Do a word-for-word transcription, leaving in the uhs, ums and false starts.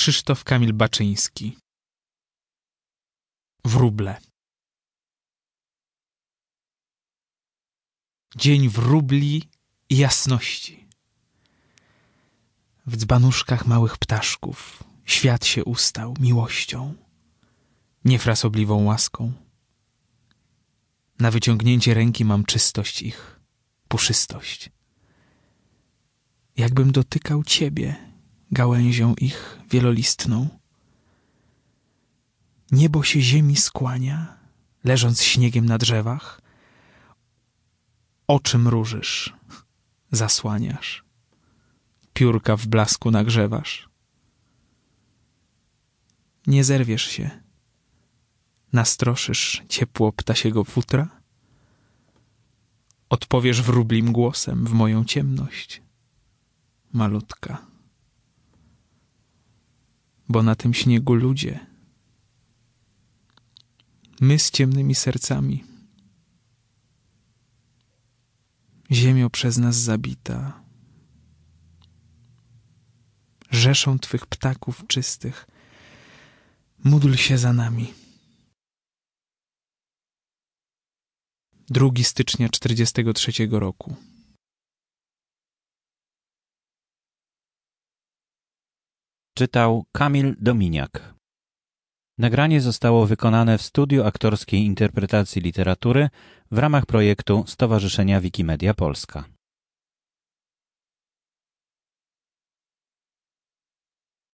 Krzysztof Kamil Baczyński. Wróble. Dzień wróbli i jasności. W dzbanuszkach małych ptaszków świat się ustał miłością, niefrasobliwą łaską. Na wyciągnięcie ręki mam czystość ich, puszystość. Jakbym dotykał ciebie gałęzią ich wielolistną. Niebo się ziemi skłania, leżąc śniegiem na drzewach. Oczy mrużysz, zasłaniasz, piórka w blasku nagrzewasz. Nie zerwiesz się, nastroszysz ciepło ptasiego futra, odpowiesz wróblim głosem w moją ciemność, malutka. Bo na tym śniegu ludzie, my z ciemnymi sercami, ziemio przez nas zabita, rzeszą twych ptaków czystych, módl się za nami. drugiego stycznia czterdziestego trzeciego roku. Czytał Kamil Dominiak. Nagranie zostało wykonane w Studiu Aktorskiej Interpretacji Literatury w ramach projektu Stowarzyszenia Wikimedia Polska.